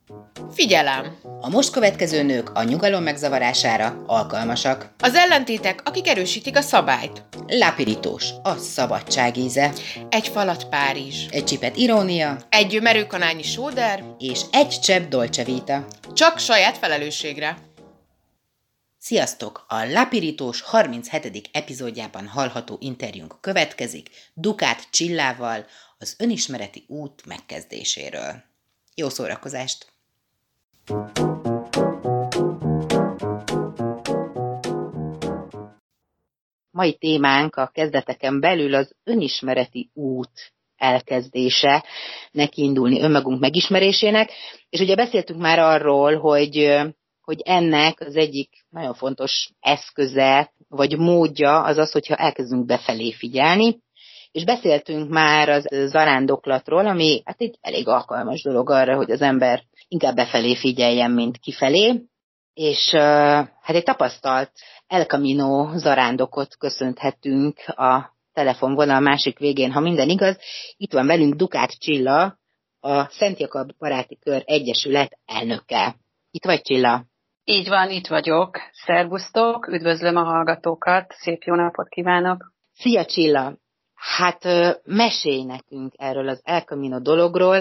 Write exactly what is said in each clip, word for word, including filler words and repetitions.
Figyelem! A most következő nők a nyugalom megzavarására alkalmasak. Az ellentétek, akik erősítik a szabályt. Lápirítós, a szabadság íze. Egy falat Párizs. Egy csipet irónia. Egy merőkanálnyi sóder. És egy csepp Dolce Vita. Csak saját felelősségre. Sziasztok! A Lápirítós harminchetedik epizódjában hallható interjúnk következik Dukát Csillával az önismereti út megkezdéséről. Jó szórakozást! Mai témánk a kezdeteken belül az önismereti út elkezdése, neki indulni önmagunk megismerésének, és ugye beszéltünk már arról, hogy, hogy ennek az egyik nagyon fontos eszköze, vagy módja az az, hogyha elkezdünk befelé figyelni, és beszéltünk már az zarándoklatról, ami hát egy elég alkalmas dolog arra, hogy az ember inkább befelé figyeljen, mint kifelé, és hát egy tapasztalt El Camino zarándokot köszönhetünk a telefonvonal másik végén, ha minden igaz. Itt van velünk Dukát Csilla, a Szent Jakab Baráti Kör Egyesület elnöke. Itt vagy, Csilla? Így van, itt vagyok. Szervusztok, üdvözlöm a hallgatókat, szép jó napot kívánok! Szia, Csilla! Hát mesélj nekünk erről az El Camino dologról.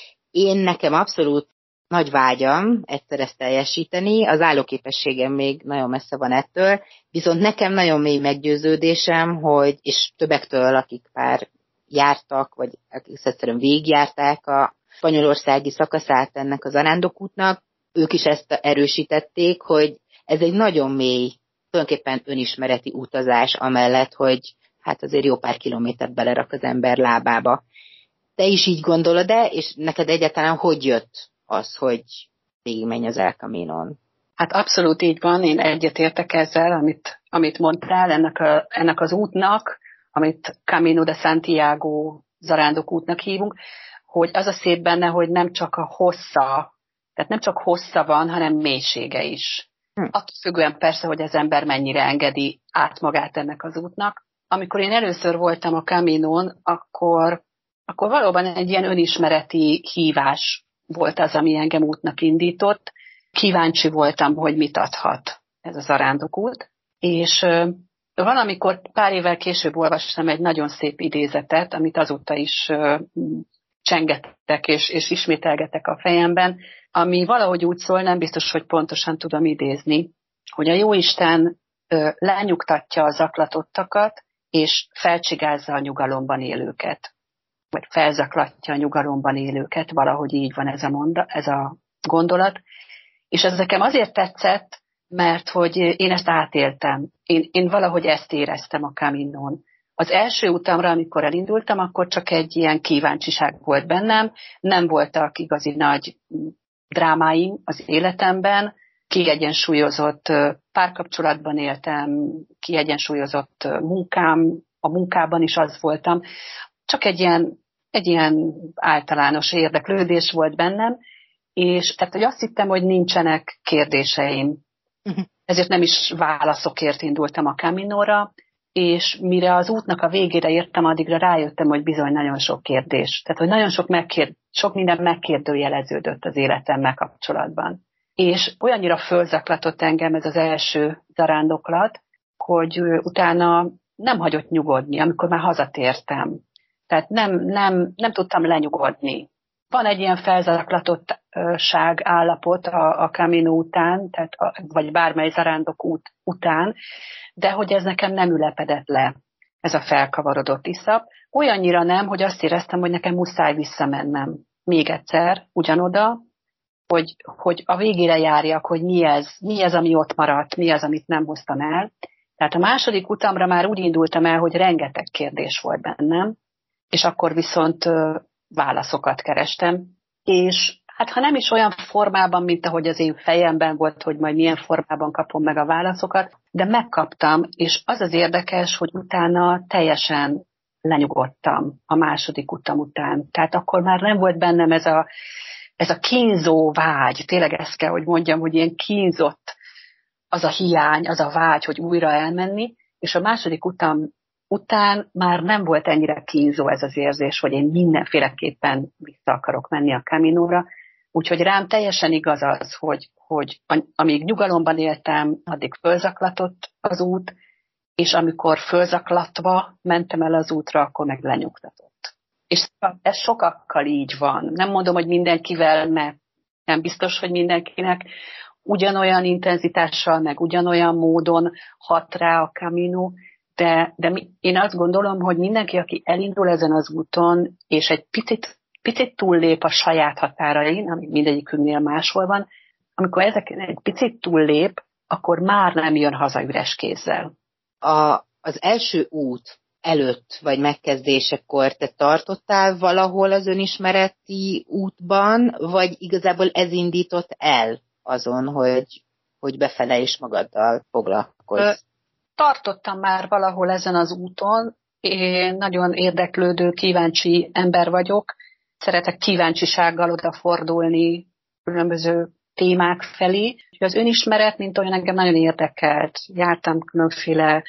Én nekem abszolút nagy vágyam egyszer ezt teljesíteni, az állóképességem még nagyon messze van ettől, viszont nekem nagyon mély meggyőződésem, hogy, és többektől, akik már jártak, vagy akik egyszerűen végigjárták a spanyolországi szakaszát ennek az zarándokútnak, ők is ezt erősítették, hogy ez egy nagyon mély, tulajdonképpen önismereti utazás amellett, hogy hát azért jó pár kilométert belerak az ember lábába. Te is így gondolod-e, és neked egyáltalán hogy jött az, hogy végigmenj az El Caminon? Hát abszolút így van, én egyetértek ezzel, amit, amit mondtál, ennek, a, ennek az útnak, amit Camino de Santiago zarándokútnak hívunk, hogy az a szép benne, hogy nem csak a hossza, tehát nem csak hossza van, hanem mélysége is. Hm. Attól függően persze, hogy az ember mennyire engedi át magát ennek az útnak. Amikor én először voltam a Caminon, akkor, akkor valóban egy ilyen önismereti hívás volt az, ami engem útnak indított. Kíváncsi voltam, hogy mit adhat ez a zarándokút. És uh, valamikor pár évvel később olvastam egy nagyon szép idézetet, amit azóta is uh, csengettek és, és ismételgetek a fejemben, ami valahogy úgy szól, nem biztos, hogy pontosan tudom idézni, hogy a Jóisten uh, lenyugtatja a zaklatottakat, és felcsigázza a nyugalomban élőket. Vagy felzaklatja a nyugalomban élőket, valahogy így van ez a, monda, ez a gondolat. És ez nekem azért tetszett, mert hogy én ezt átéltem. Én, én valahogy ezt éreztem a Caminon. Az első utamra, amikor elindultam, akkor csak egy ilyen kíváncsiság volt bennem, nem voltak igazi nagy drámáim az életemben, kiegyensúlyozott párkapcsolatban éltem, kiegyensúlyozott munkám, a munkában is az voltam. Csak egy ilyen, egy ilyen általános érdeklődés volt bennem, és tehát, hogy azt hittem, hogy nincsenek kérdéseim. Uh-huh. Ezért nem is válaszokért indultam a Caminóra, és mire az útnak a végére értem, addigra rájöttem, hogy bizony nagyon sok kérdés. Tehát, hogy nagyon sok, megkér, sok minden megkérdőjeleződött az életemmel kapcsolatban. És olyannyira fölzaklatott engem ez az első zarándoklat, hogy utána nem hagyott nyugodni, amikor már hazatértem. Tehát nem, nem, nem tudtam lenyugodni. Van egy ilyen felzaklatottság állapot a, a Camino után, tehát a, vagy bármely zarándokút után, de hogy ez nekem nem ülepedett le, ez a felkavarodott iszap. Olyannyira nem, hogy azt éreztem, hogy nekem muszáj visszamennem még egyszer ugyanoda, hogy, hogy a végére járjak, hogy mi ez, mi ez, ami ott maradt, mi az, amit nem hoztam el. Tehát a második utamra már úgy indultam el, hogy rengeteg kérdés volt bennem, és akkor viszont ö, válaszokat kerestem. És hát ha nem is olyan formában, mint ahogy az én fejemben volt, hogy majd milyen formában kapom meg a válaszokat, de megkaptam, és az az érdekes, hogy utána teljesen lenyugodtam a második utam után. Tehát akkor már nem volt bennem ez a, ez a kínzó vágy, tényleg ezt kell, hogy mondjam, hogy ilyen kínzott az a hiány, az a vágy, hogy újra elmenni, és a második utam után már nem volt ennyire kínzó ez az érzés, hogy én mindenféleképpen vissza akarok menni a Caminóra, Úgyhogy rám teljesen igaz az, hogy, hogy amíg nyugalomban éltem, addig fölzaklatott az út, és amikor fölzaklatva mentem el az útra, akkor meg lenyugtatott. És ez sokakkal így van. Nem mondom, hogy mindenkivel, mert nem biztos, hogy mindenkinek ugyanolyan intenzitással, meg ugyanolyan módon hat rá a Camino, de, de én azt gondolom, hogy mindenki, aki elindul ezen az úton, és egy picit, picit túllép a saját határain, ami mindegyikünknél máshol van, amikor ezek egy picit túllép, akkor már nem jön haza üres kézzel. A, az első út előtt, vagy megkezdésekor te tartottál valahol az önismereti útban, vagy igazából ez indított el azon, hogy, hogy befele is magaddal foglalkozz? Tartottam már valahol ezen az úton. Én nagyon érdeklődő, kíváncsi ember vagyok. Szeretek kíváncsisággal odafordulni különböző témák felé. Az önismeret, mint olyan, engem nagyon érdekelt. Jártam különféle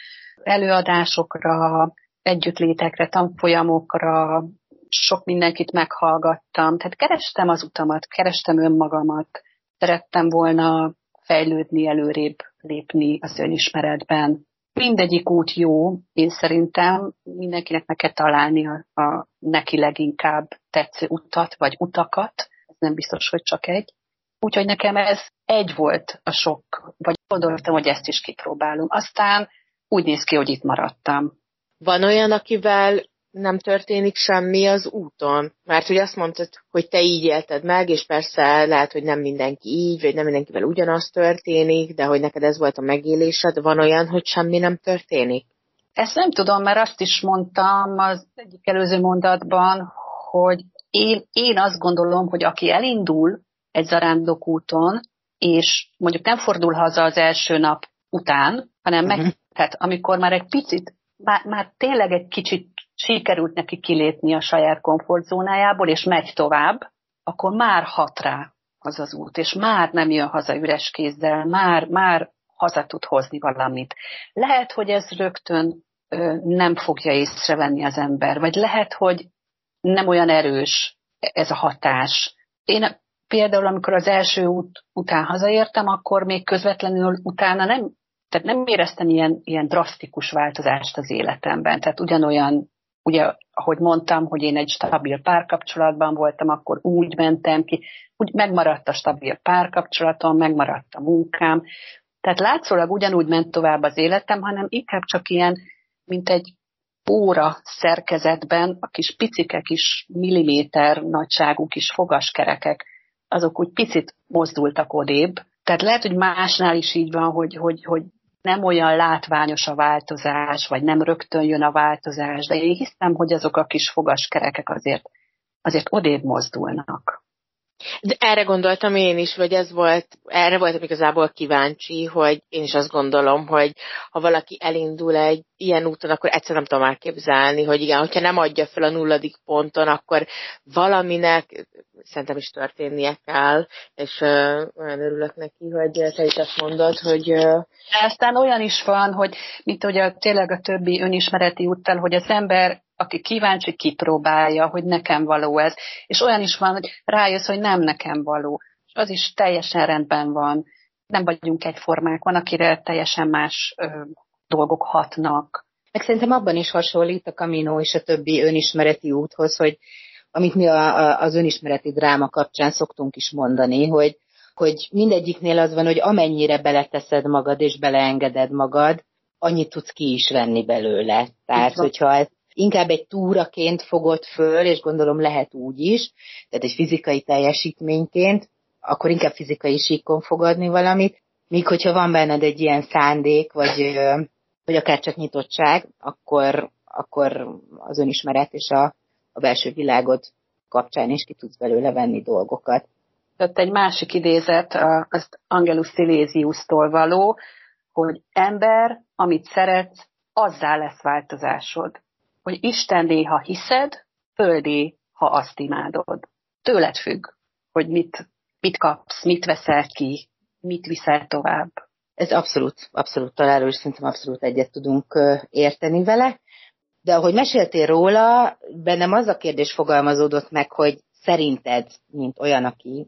előadásokra, együttlétekre, tanfolyamokra, sok mindenkit meghallgattam. Tehát kerestem az utamat, kerestem önmagamat. Szerettem volna fejlődni, előrébb lépni az önismeretben. Mindegyik út jó, én szerintem mindenkinek meg kell találni a, a neki leginkább tetsző utat, vagy utakat. Ez nem biztos, hogy csak egy. Úgyhogy nekem ez egy volt a sok, vagy gondoltam, hogy ezt is kipróbálom. Aztán úgy néz ki, hogy itt maradtam. Van olyan, akivel nem történik semmi az úton? Mert hogy azt mondtad, hogy te így élted meg, és persze lehet, hogy nem mindenki így, vagy nem mindenkivel ugyanaz történik, de hogy neked ez volt a megélésed, van olyan, hogy semmi nem történik? Ezt nem tudom, mert azt is mondtam az egyik előző mondatban, hogy én, én azt gondolom, hogy aki elindul egy zarándokúton, és mondjuk nem fordul haza az első nap után, hanem uh-huh. meg, tehát amikor már egy picit, már, már tényleg egy kicsit sikerült neki kilépni a saját komfortzónájából, és megy tovább, akkor már hat rá az az út, és már nem jön haza üres kézzel, már, már haza tud hozni valamit. Lehet, hogy ez rögtön ö, nem fogja észrevenni az ember, vagy lehet, hogy nem olyan erős ez a hatás. Én például, amikor az első út után hazaértem, akkor még közvetlenül utána nem, tehát nem éreztem ilyen, ilyen drasztikus változást az életemben. Tehát ugyanolyan, ugye, ahogy mondtam, hogy én egy stabil párkapcsolatban voltam, akkor úgy mentem ki, úgy megmaradt a stabil párkapcsolatom, megmaradt a munkám. Tehát látszólag ugyanúgy ment tovább az életem, hanem inkább csak ilyen, mint egy óra szerkezetben a kis picike kis milliméter nagyságú kis fogaskerekek, azok úgy picit mozdultak odébb. Tehát lehet, hogy másnál is így van, hogy, hogy, hogy nem olyan látványos a változás, vagy nem rögtön jön a változás, de én hiszem, hogy azok a kis fogaskerekek azért, azért odébb mozdulnak. De erre gondoltam én is, vagy ez volt, erre voltam igazából kíváncsi, hogy én is azt gondolom, hogy ha valaki elindul egy ilyen úton, akkor egyszer nem tudom elképzelni, hogy igen, hogyha nem adja fel a nulladik ponton, akkor valaminek szerintem is történnie kell, és uh, olyan örülök neki, hogy te is azt mondod, hogy... Uh... Aztán olyan is van, hogy mint hogy a, tényleg a többi önismereti úttal, hogy az ember, aki kíváncsi, kipróbálja, hogy nekem való ez. És olyan is van, hogy rájössz, hogy nem nekem való. És az is teljesen rendben van. Nem vagyunk egyformák, van, akire teljesen más ö, dolgok hatnak. Meg szerintem abban is hasonlít a Camino és a többi önismereti úthoz, hogy amit mi a, a, az önismereti dráma kapcsán szoktunk is mondani, hogy, hogy mindegyiknél az van, hogy amennyire beleteszed magad és beleengeded magad, annyit tudsz ki is venni belőle. Tehát, hogyha ezt inkább egy túraként fogod föl, és gondolom lehet úgy is, tehát egy fizikai teljesítményként, akkor inkább fizikai síkon fogadni valamit, míg hogyha van benned egy ilyen szándék, vagy, vagy akár csak nyitottság, akkor, akkor az önismeret és a, a belső világod kapcsán is ki tudsz belőle venni dolgokat. Tehát egy másik idézet, az Angelus Silesiustól való, hogy ember, amit szeretsz, azzá lesz változásod. Hogy Istenné, ha hiszed, földé, ha azt imádod. Tőled függ, hogy mit, mit kapsz, mit veszel ki, mit viszel tovább. Ez abszolút, abszolút találó, és szerintem abszolút egyet tudunk érteni vele. De ahogy meséltél róla, bennem az a kérdés fogalmazódott meg, hogy szerinted, mint olyan, aki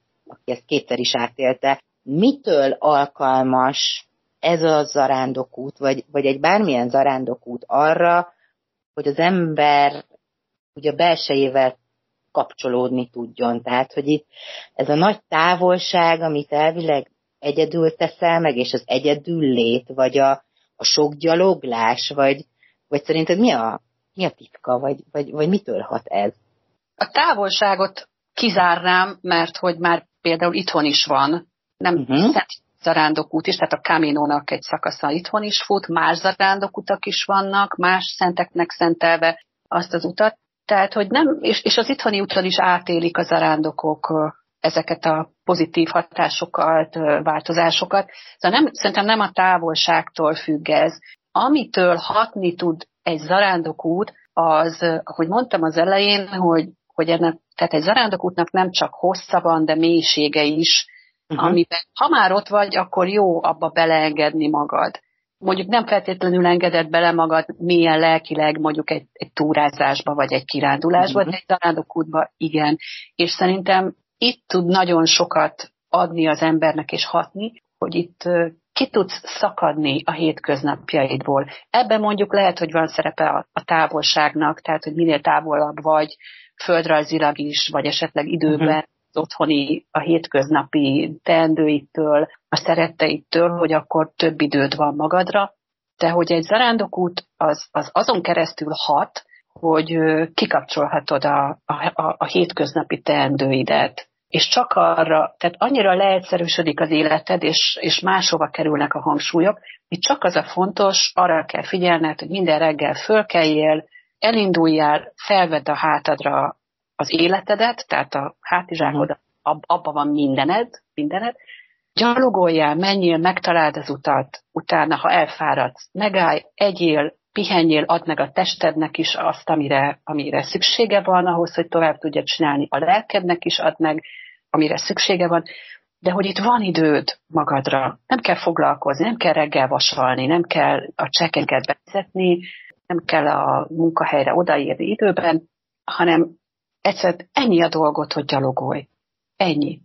ezt kétszer is átélte. Mitől alkalmas ez a zarándokút, vagy, vagy egy bármilyen zarándokút arra, hogy az ember ugye a belsejével kapcsolódni tudjon. Tehát, hogy itt ez a nagy távolság, amit elvileg egyedül teszel meg, és az egyedül lét, vagy a, a sok gyaloglás, vagy, vagy szerinted mi a, mi a titka, vagy, vagy, vagy mitől hat ez? A távolságot kizárnám, mert hogy már például itthon is van, nem uh-huh. szent zarándokút is, tehát a Caminónak egy szakasza itthon is fut, más zarándokutak is vannak, más szenteknek szentelve azt az utat, tehát, hogy nem, és, és az itthoni úton is átélik a zarándokok ezeket a pozitív hatásokat, változásokat. Szóval nem, szerintem nem a távolságtól függ ez. Amitől hatni tud egy zarándokút, az, ahogy mondtam az elején, hogy, hogy ennek, tehát egy zarándokútnak nem csak hossza van, de mélysége is, uh-huh. amiben ha már ott vagy, akkor jó abba beleengedni magad. Mondjuk nem feltétlenül engeded bele magad mélyen lelkileg, mondjuk egy, egy túrázásba, vagy egy kirándulásba, uh-huh. de egy zarándokútba igen. És szerintem itt tud nagyon sokat adni az embernek és hatni, hogy itt ki tudsz szakadni a hétköznapjaidból. Ebben mondjuk lehet, hogy van szerepe a, a távolságnak, tehát hogy minél távolabb vagy, földrajzilag is, vagy esetleg időben, uh-huh. az otthoni, a hétköznapi teendőittől, a szeretteittől, hogy akkor több időd van magadra, de hogy egy zarándokút az, az azon keresztül hat, hogy kikapcsolhatod a, a, a hétköznapi teendőidet, és csak arra, tehát annyira leegyszerűsödik az életed, és, és máshova kerülnek a hangsúlyok, hogy csak az a fontos, arra kell figyelned, hogy minden reggel fölkeljél, elinduljál, felvedd a hátadra az életedet, tehát a hátizsákod, ab, abba van mindened, mindened, gyalogoljál, menjél, megtaláld az utat, utána, ha elfáradsz, megállj, egyél, pihenjél, add meg a testednek is azt, amire, amire szüksége van, ahhoz, hogy tovább tudja csinálni, a lelkednek is add meg, amire szüksége van, de hogy itt van időd magadra, nem kell foglalkozni, nem kell reggel vasalni, nem kell a csekkeket bevezetni, nem kell a munkahelyre odaérni időben, hanem egyszer ennyi a dolgot, hogy gyalogolj. Ennyi.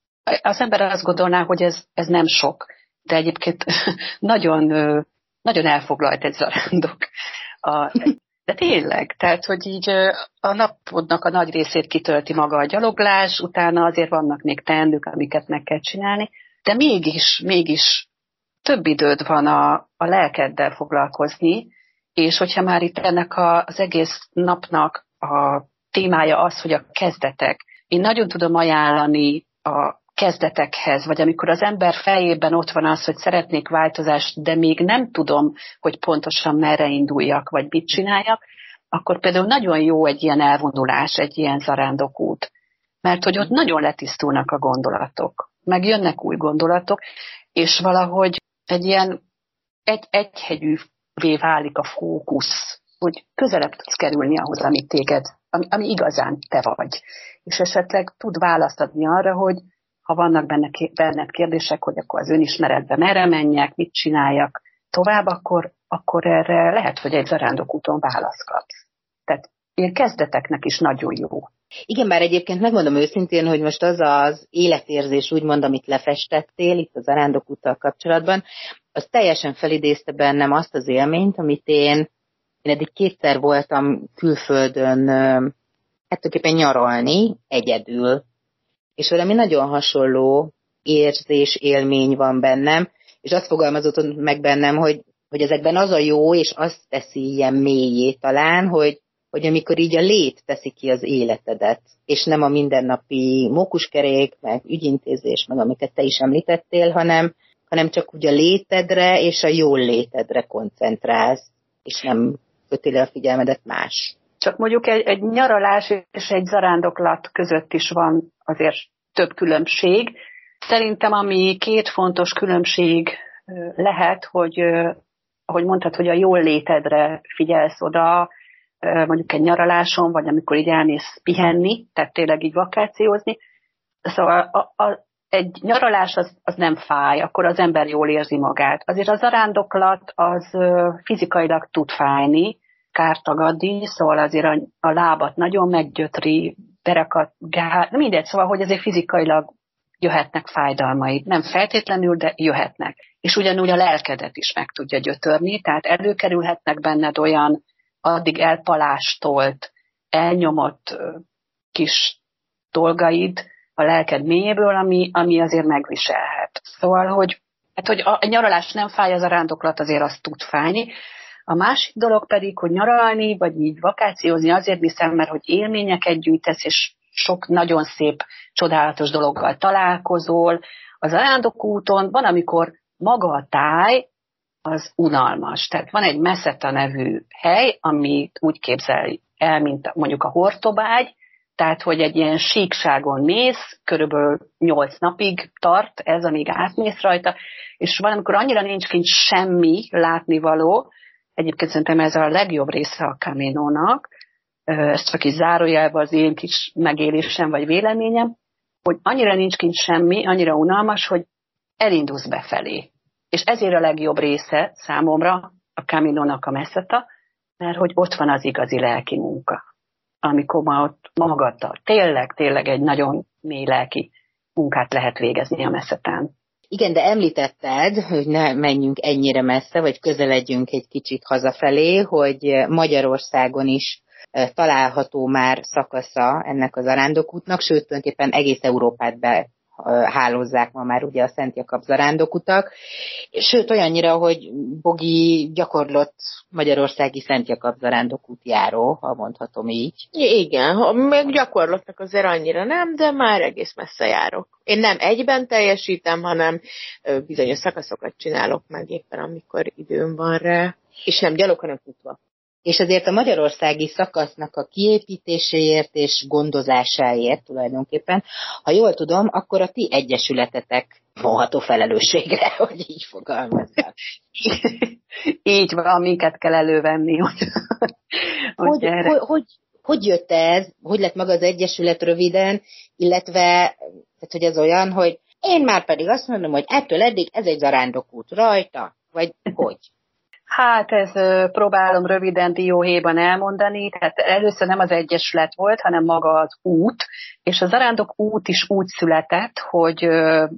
Az ember azt gondolná, hogy ez, ez nem sok, de egyébként nagyon, nagyon elfoglalt egy zarándok. A, de tényleg, tehát, hogy így a napodnak a nagy részét kitölti maga a gyaloglás, utána azért vannak még teendők, amiket meg kell csinálni, de mégis, mégis több időd van a, a lelkeddel foglalkozni, és hogyha már itt ennek a, az egész napnak a témája az, hogy a kezdetek. Én nagyon tudom ajánlani a kezdetekhez, vagy amikor az ember fejében ott van az, hogy szeretnék változást, de még nem tudom, hogy pontosan merre induljak, vagy mit csináljak, akkor például nagyon jó egy ilyen elvonulás, egy ilyen zarándokút. Mert hogy ott nagyon letisztulnak a gondolatok, meg jönnek új gondolatok, és valahogy egy ilyen egy, egyhegyűvé válik a fókusz, hogy közelebb tudsz kerülni ahhoz, amit téged, ami, ami igazán te vagy. És esetleg tud választ adni arra, hogy ha vannak benne, benned kérdések, hogy akkor az önismeretbe merre menjek, mit csináljak tovább, akkor, akkor erre lehet, hogy egy zarándokúton választ kapsz. Tehát ilyen kezdeteknek is nagyon jó. Igen, bár egyébként megmondom őszintén, hogy most az az életérzés, úgymond, amit lefestettél itt a zarándokúttal kapcsolatban, az teljesen felidézte bennem azt az élményt, amit én, én eddig kétszer voltam külföldön, hát tulajdonképpen nyaralni, egyedül. És valami nagyon hasonló érzés, élmény van bennem, és azt fogalmazott meg bennem, hogy, hogy ezekben az a jó, és azt teszi ilyen mélyé talán, hogy, hogy amikor így a lét teszi ki az életedet, és nem a mindennapi mókuskerék, meg ügyintézés, meg amiket te is említettél, hanem, hanem csak úgy a létedre és a jól létedre koncentrálsz, és nem kötél a figyelmedet más. Csak mondjuk egy, egy nyaralás és egy zarándoklat között is van azért több különbség. Szerintem ami két fontos különbség lehet, hogy ahogy mondtad, hogy a jól létedre figyelsz oda, mondjuk egy nyaraláson, vagy amikor így elmész pihenni, tehát tényleg így vakációzni. Szóval a, a, egy nyaralás az, az nem fáj, akkor az ember jól érzi magát. Azért a zarándoklat az fizikailag tud fájni, kártagadni, szóval azért a, a lábat nagyon meggyötri, derakat, gál, mindegy, szóval, hogy azért fizikailag jöhetnek fájdalmaid. Nem feltétlenül, de jöhetnek. És ugyanúgy a lelkedet is meg tudja gyötörni, tehát előkerülhetnek benned olyan addig elpalástolt, elnyomott kis dolgaid a lelked mélyéből, ami, ami azért megviselhet. Szóval, hogy, hát, hogy a nyaralás nem fáj, az a rándoklat azért azt tud fájni. A másik dolog pedig, hogy nyaralni, vagy így vakációzni azért viszem, mert hogy élményeket gyűjtesz, és sok nagyon szép, csodálatos dologgal találkozol. Az ajándokúton van, amikor maga a táj az unalmas. Tehát van egy Meseta nevű hely, amit úgy képzel el, mint mondjuk a Hortobágy, tehát hogy egy ilyen síkságon mész, körülbelül nyolc napig tart ez, amíg átmész rajta, és van, amikor annyira nincs kint semmi látnivaló, egyébként szerintem ez a legjobb része a Caminónak, ez csak is zárójelben az én kis megélésem vagy véleményem, hogy annyira nincs kint semmi, annyira unalmas, hogy elindulsz befelé. És ezért a legjobb része számomra a Caminónak a Meseta, mert hogy ott van az igazi lelki munka, amikor ma ott magaddal tényleg, tényleg egy nagyon mély lelki munkát lehet végezni a Mesetán. Igen, de említetted, hogy ne menjünk ennyire messze, vagy közeledjünk egy kicsit hazafelé, hogy Magyarországon is található már szakasza ennek az zarándokútnak, sőt, tulajdonképpen egész Európát behálózzák ma már ugye a Szent Jakab zarándokutak, sőt, olyannyira, hogy Bogi gyakorlott magyarországi Szent Jakab zarándokút járó, ha mondhatom így. Igen, még gyakorlottak azért annyira nem, de már egész messze járok. Én nem egyben teljesítem, hanem bizonyos szakaszokat csinálok meg éppen, amikor időm van rá, és nem gyalog, hanem futva. És azért a magyarországi szakasznak a kiépítéséért és gondozásáért tulajdonképpen, ha jól tudom, akkor a ti egyesületetek vonható felelősségre, hogy így fogalmazzak. Így van, minket kell elővenni. Hogy, hogy, hogy, hogy, hogy jött ez, hogy lett maga az egyesület röviden, illetve tehát, hogy ez olyan, hogy én már pedig azt mondom, hogy ettől eddig ez egy zarándokút rajta, vagy hogy? Hát ez próbálom röviden dióhéjban elmondani, tehát először nem az egyesület volt, hanem maga az út, és a zarándok út is úgy született, hogy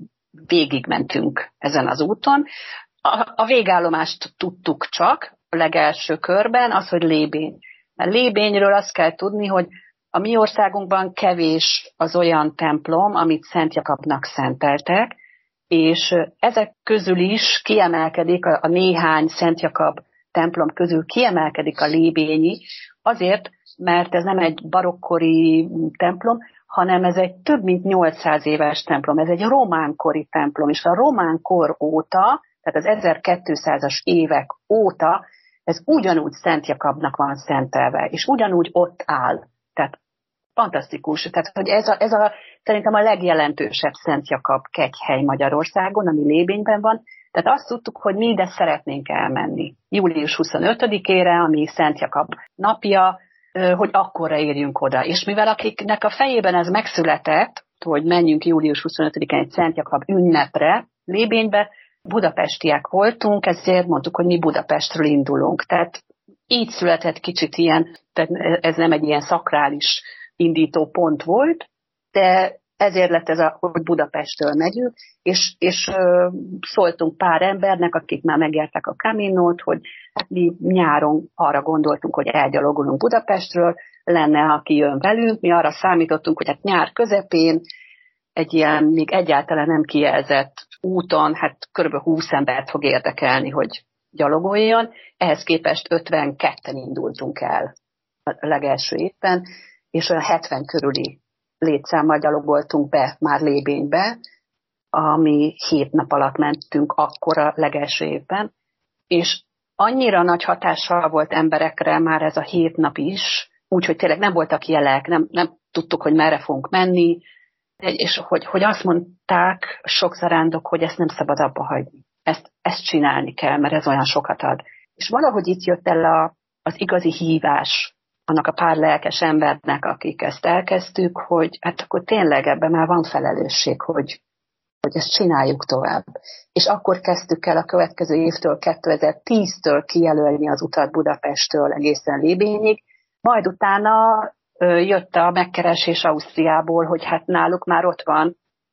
végigmentünk ezen az úton. A, a végállomást tudtuk csak a legelső körben, az, hogy Lébény. Mert Lébényről azt kell tudni, hogy a mi országunkban kevés az olyan templom, amit Szent Jakabnak szenteltek, és ezek közül is kiemelkedik, a, a néhány Szent Jakab templom közül kiemelkedik a lébényi, azért, mert ez nem egy barokkori templom, hanem ez egy több mint nyolcszáz éves templom, ez egy románkori templom, és a román kor óta, tehát az ezerkétszázas évek óta ez ugyanúgy Szent Jakabnak van szentelve, és ugyanúgy ott áll. Tehát fantasztikus. Tehát, hogy ez a, ez a szerintem a legjelentősebb Szent Jakab kegyhely Magyarországon, ami Lébényben van. Tehát azt tudtuk, hogy mi ide szeretnénk elmenni. július huszonötödikére, ami Szent Jakab napja, hogy akkorra érjünk oda. És mivel akiknek a fejében ez megszületett, hogy menjünk július huszonötödikén egy Szent Jakab ünnepre Lébénybe, budapestiek voltunk, ezért mondtuk, hogy mi Budapestről indulunk. Tehát így született kicsit ilyen, tehát ez nem egy ilyen szakrális indító pont volt, de ezért lett ez, a, hogy Budapestről megyünk, és, és ö, szóltunk pár embernek, akik már megjárták a Caminót, hogy hát mi nyáron arra gondoltunk, hogy elgyalogolunk Budapestről, lenne, aki jön velünk, mi arra számítottunk, hogy hát nyár közepén egy ilyen még egyáltalán nem kijelzett úton, hát kb. húsz embert fog érdekelni, hogy gyalogoljon, ehhez képest ötvenketten indultunk el a legelső évben, és olyan hetven körüli létszámmal gyalogoltunk be már Lébénybe, ami hét nap alatt mentünk akkor a legelső évben, és annyira nagy hatással volt emberekre már ez a hét nap is, úgyhogy tényleg nem voltak jelek, nem, nem tudtuk, hogy merre fogunk menni, és hogy, hogy azt mondták sok zarándok, hogy ezt nem szabad abba hagyni. Ezt, ezt csinálni kell, mert ez olyan sokat ad. És valahogy itt jött el a, az igazi hívás annak a pár lelkes embernek, akik ezt elkezdtük, hogy hát akkor tényleg ebben már van felelősség, hogy, hogy ezt csináljuk tovább. És akkor kezdtük el a következő évtől, kétezer-tíztől kijelölni az utat Budapesttől egészen Lébényig, majd utána ö, jött a megkeresés Ausztriából, hogy hát náluk már ott van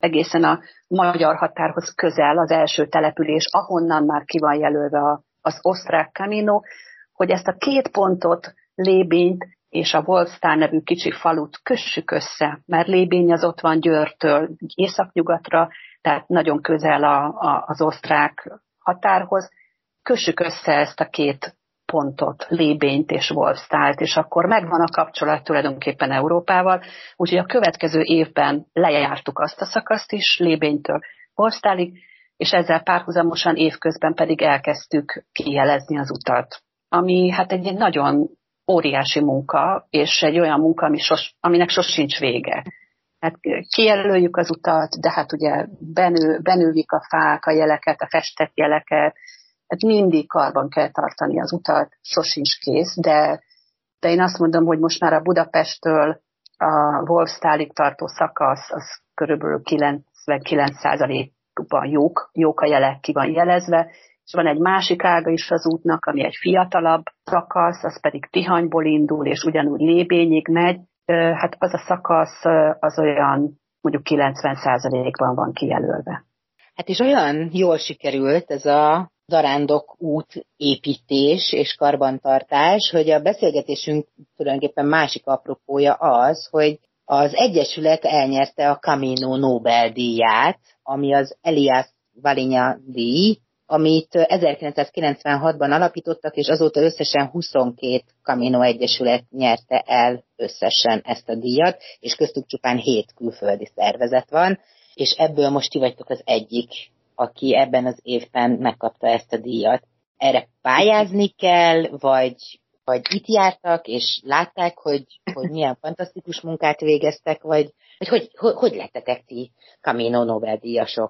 egészen a magyar határhoz közel az első település, ahonnan már ki van jelölve az osztrák Camino, hogy ezt a két pontot, Lébényt és a Wolfstall nevű kicsi falut kössük össze, mert Lébény az ott van Győrtől északnyugatra, tehát nagyon közel a, a, az osztrák határhoz. Kössük össze ezt a két pontot, Lébényt és Wolfstallt, és akkor megvan a kapcsolat tulajdonképpen Európával. Úgyhogy a következő évben lejártuk azt a szakaszt is, Lébénytől Wolfstallig, és ezzel párhuzamosan évközben pedig elkezdtük kijelezni az utat. Ami hát egy nagyon óriási munka, és egy olyan munka, ami sos, aminek sosincs vége. Hát kijelöljük az utat, de hát ugye benő, benővik a fák, a jeleket, a festett jeleket, hát mindig karban kell tartani az utat, sosincs kész, de, de én azt mondom, hogy most már a Budapesttől a Wolfstallig tartó szakasz, az körülbelül kilencvenkilenc százalékban jók, jók a jelek, ki van jelezve, és van egy másik ága is az útnak, ami egy fiatalabb szakasz, az pedig Tihanyból indul, és ugyanúgy Lébényig megy. Hát az a szakasz az olyan mondjuk kilencven százalékban van kijelölve. Hát és olyan jól sikerült ez a zarándok út építés és karbantartás, hogy a beszélgetésünk tulajdonképpen másik apropója az, hogy az Egyesület elnyerte a Camino Nobel-díját, ami az Elias Valinya díj, amit ezerkilencszázkilencvenhatban alapítottak, és azóta összesen huszonkét Camino Egyesület nyerte el összesen ezt a díjat, és köztük csupán hét külföldi szervezet van, és ebből most ti vagytok az egyik, aki ebben az évben megkapta ezt a díjat. Erre pályázni kell, vagy, vagy itt jártak, és látták, hogy, hogy milyen fantasztikus munkát végeztek, vagy, vagy hogy, hogy, hogy lettetek ti Camino Nobel-díjasok?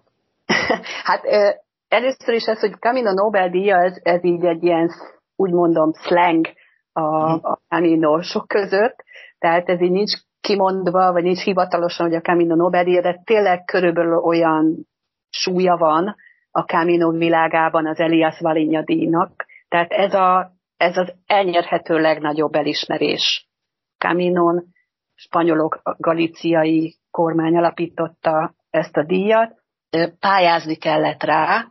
Hát először is ez, hogy Camino Nobel-díja, ez, ez így egy ilyen, úgy mondom, slang a, a Caminosok között, tehát ez így nincs kimondva, vagy nincs hivatalosan, hogy a Camino Nobel-díja, de tényleg körülbelül olyan súlya van a Camino világában az Elias Valinya díjnak. Tehát ez, a, ez az elnyerhető legnagyobb elismerés. Caminon spanyolok, a galíciai kormány alapította ezt a díjat. Pályázni kellett rá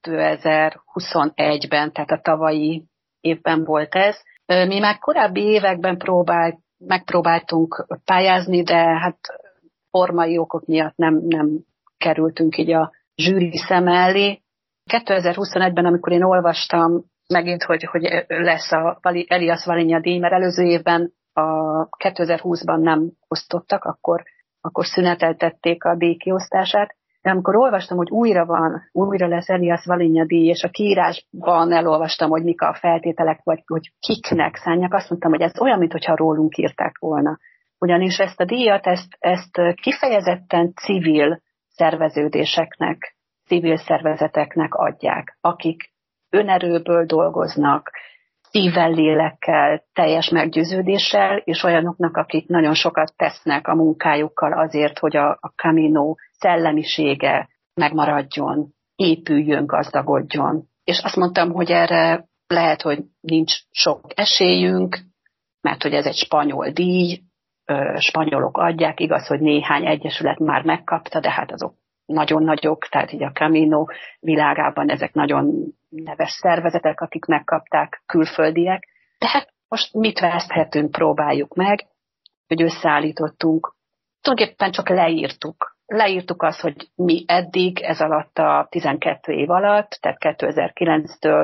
kétezer-huszonegyben, tehát a tavalyi évben volt ez. Mi már korábbi években próbált, megpróbáltunk pályázni, de hát formai okok miatt nem, nem kerültünk így a zsűri szem elé. kétezer-huszonegyben, amikor én olvastam megint, hogy, hogy lesz a Elias Valinya díj, mert előző évben a kétezer-húszban nem osztottak, akkor, akkor szüneteltették a díj kiosztását. De amikor olvastam, hogy újra van, újra lesz Elias Valinya díj, és a kiírásban elolvastam, hogy mik a feltételek, vagy hogy kiknek szánják, azt mondtam, hogy ez olyan, mintha rólunk írták volna. Ugyanis ezt a díjat, ezt, ezt kifejezetten civil szerveződéseknek, civil szervezeteknek adják, akik önerőből dolgoznak, szívvel, lélekkel, teljes meggyőződéssel, és olyanoknak, akik nagyon sokat tesznek a munkájukkal azért, hogy a, a Camino szellemisége megmaradjon, épüljön, gazdagodjon. És azt mondtam, hogy erre lehet, hogy nincs sok esélyünk, mert hogy ez egy spanyol díj, spanyolok adják, igaz, hogy néhány egyesület már megkapta, de hát azok nagyon nagyok, tehát így a Camino világában ezek nagyon neves szervezetek, akik megkapták, külföldiek. De hát most mit veszthetünk, próbáljuk meg, hogy összeállítottunk. Tulajdonképpen csak leírtuk. Leírtuk azt, hogy mi eddig ez alatt a tizenkét év alatt, tehát kétezer-kilenctől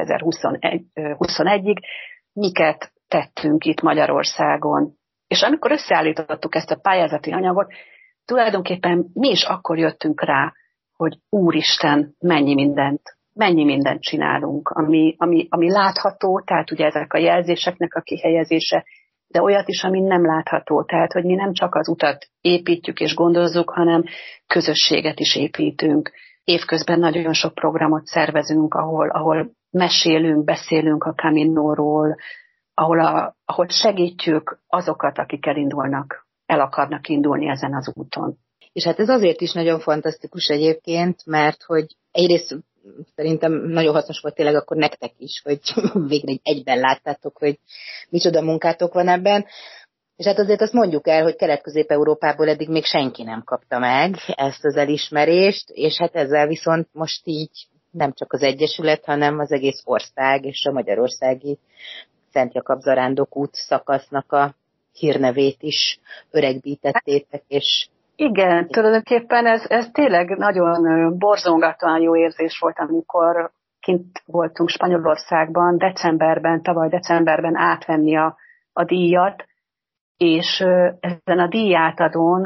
kétezer-huszonegyig miket tettünk itt Magyarországon. És amikor összeállítottuk ezt a pályázati anyagot, tulajdonképpen mi is akkor jöttünk rá, hogy úristen, mennyi mindent, mennyi mindent csinálunk, ami, ami, ami látható, tehát ugye ezek a jelzéseknek a kihelyezése, de olyat is, ami nem látható, tehát hogy mi nem csak az utat építjük és gondozzuk, hanem közösséget is építünk. Évközben nagyon sok programot szervezünk, ahol, ahol mesélünk, beszélünk a Caminóról, ahol, a, ahol segítjük azokat, akik elindulnak, el akarnak indulni ezen az úton. És hát ez azért is nagyon fantasztikus egyébként, mert hogy egyrészt szerintem nagyon hasznos volt tényleg akkor nektek is, hogy végre egyben láttátok, hogy micsoda munkátok van ebben, És hát azért azt mondjuk el, hogy Kelet-Közép-Európából eddig még senki nem kapta meg ezt az elismerést, és hát ezzel viszont most így nem csak az Egyesület, hanem az egész ország és a magyarországi Szent Jakab Zarándokút szakasznak a hírnevét is öregbítettétek, és igen, tulajdonképpen ez, ez tényleg nagyon borzongatóan jó érzés volt, amikor kint voltunk Spanyolországban, decemberben, tavaly decemberben átvenni a, a díjat, és ezen a díjátadón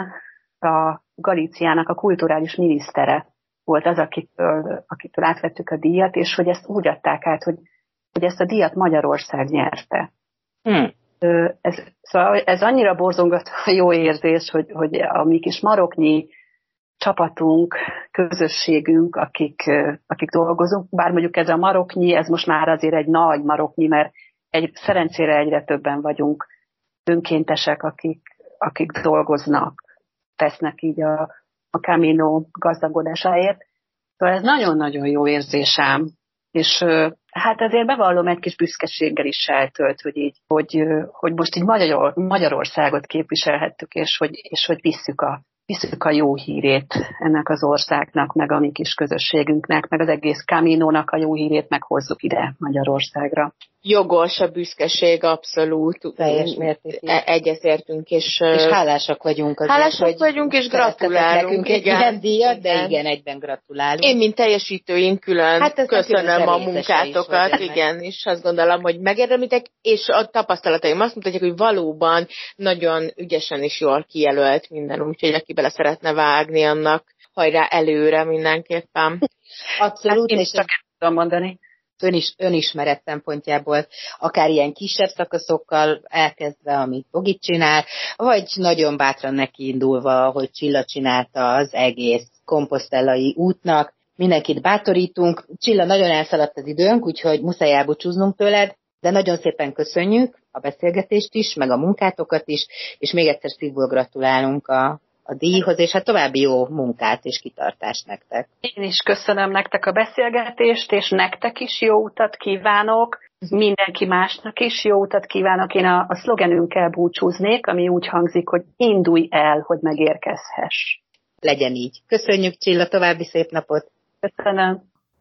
a Galíciának a kulturális minisztere volt az, akitől, akitől átvettük a díjat, és hogy ezt úgy adták át, hogy, hogy ezt a díjat Magyarország nyerte. Hmm. Ez, szóval ez annyira borzongató jó érzés, hogy, hogy a mi kis maroknyi csapatunk, közösségünk, akik, akik dolgozunk, bár mondjuk ez a maroknyi, ez most már azért egy nagy maroknyi, mert egy, szerencsére egyre többen vagyunk önkéntesek, akik, akik dolgoznak, tesznek így a, a Camino gazdagodásáért. Szóval ez nagyon-nagyon jó érzésem, és hát azért bevallom, egy kis büszkeséggel is eltölt, hogy így, hogy, hogy most így Magyar, Magyarországot képviselhettük, és hogy, és hogy visszük a, visszük a jó hírét ennek az országnak, meg a mi kis közösségünknek, meg az egész Caminónak a jó hírét meghozzuk ide Magyarországra. Jogos a büszkeség, abszolút. Teljes mértékben. Egyetértünk, és... És hálásak vagyunk azért, hálásak hogy vagyunk, és gratulálunk. Nekünk egy ilyen díjat, de igen, egyben gratulálunk. Én, mint teljesítőink külön hát köszönöm a munkátokat, igen, és azt gondolom, hogy megérdemlitek, és a tapasztalataim azt mutatják, hogy valóban nagyon ügyesen és jól kijelölt minden, úgyhogy aki bele szeretne vágni, annak hajrá előre mindenképpen. Abszolút, hát és csak tudom mondani. Önis, önismeret szempontjából, akár ilyen kisebb szakaszokkal elkezdve, amit Bogit csinál, vagy nagyon bátran nekiindulva, hogy Csilla csinálta az egész komposztellai útnak. Mindenkit bátorítunk. Csilla, nagyon elszaladt az időnk, úgyhogy muszáj elbúcsúznunk tőled, de nagyon szépen köszönjük a beszélgetést is, meg a munkátokat is, és még egyszer szívből gratulálunk a a díjhoz, és hát további jó munkát és kitartást nektek. Én is köszönöm nektek a beszélgetést, és nektek is jó utat kívánok, mindenki másnak is jó utat kívánok. Én a, a szlogenünkkel búcsúznék, ami úgy hangzik, hogy indulj el, hogy megérkezhess. Legyen így. Köszönjük, Csilla, további szép napot! Köszönöm!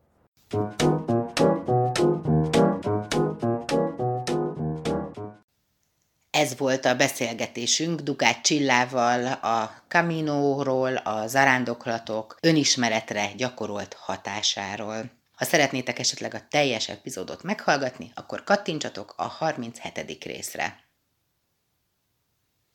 Ez volt a beszélgetésünk Dukács Csillával a Caminóról, a zarándoklatok önismeretre gyakorolt hatásáról. Ha szeretnétek esetleg a teljes epizódot meghallgatni, akkor kattintsatok a harminchetedik részre.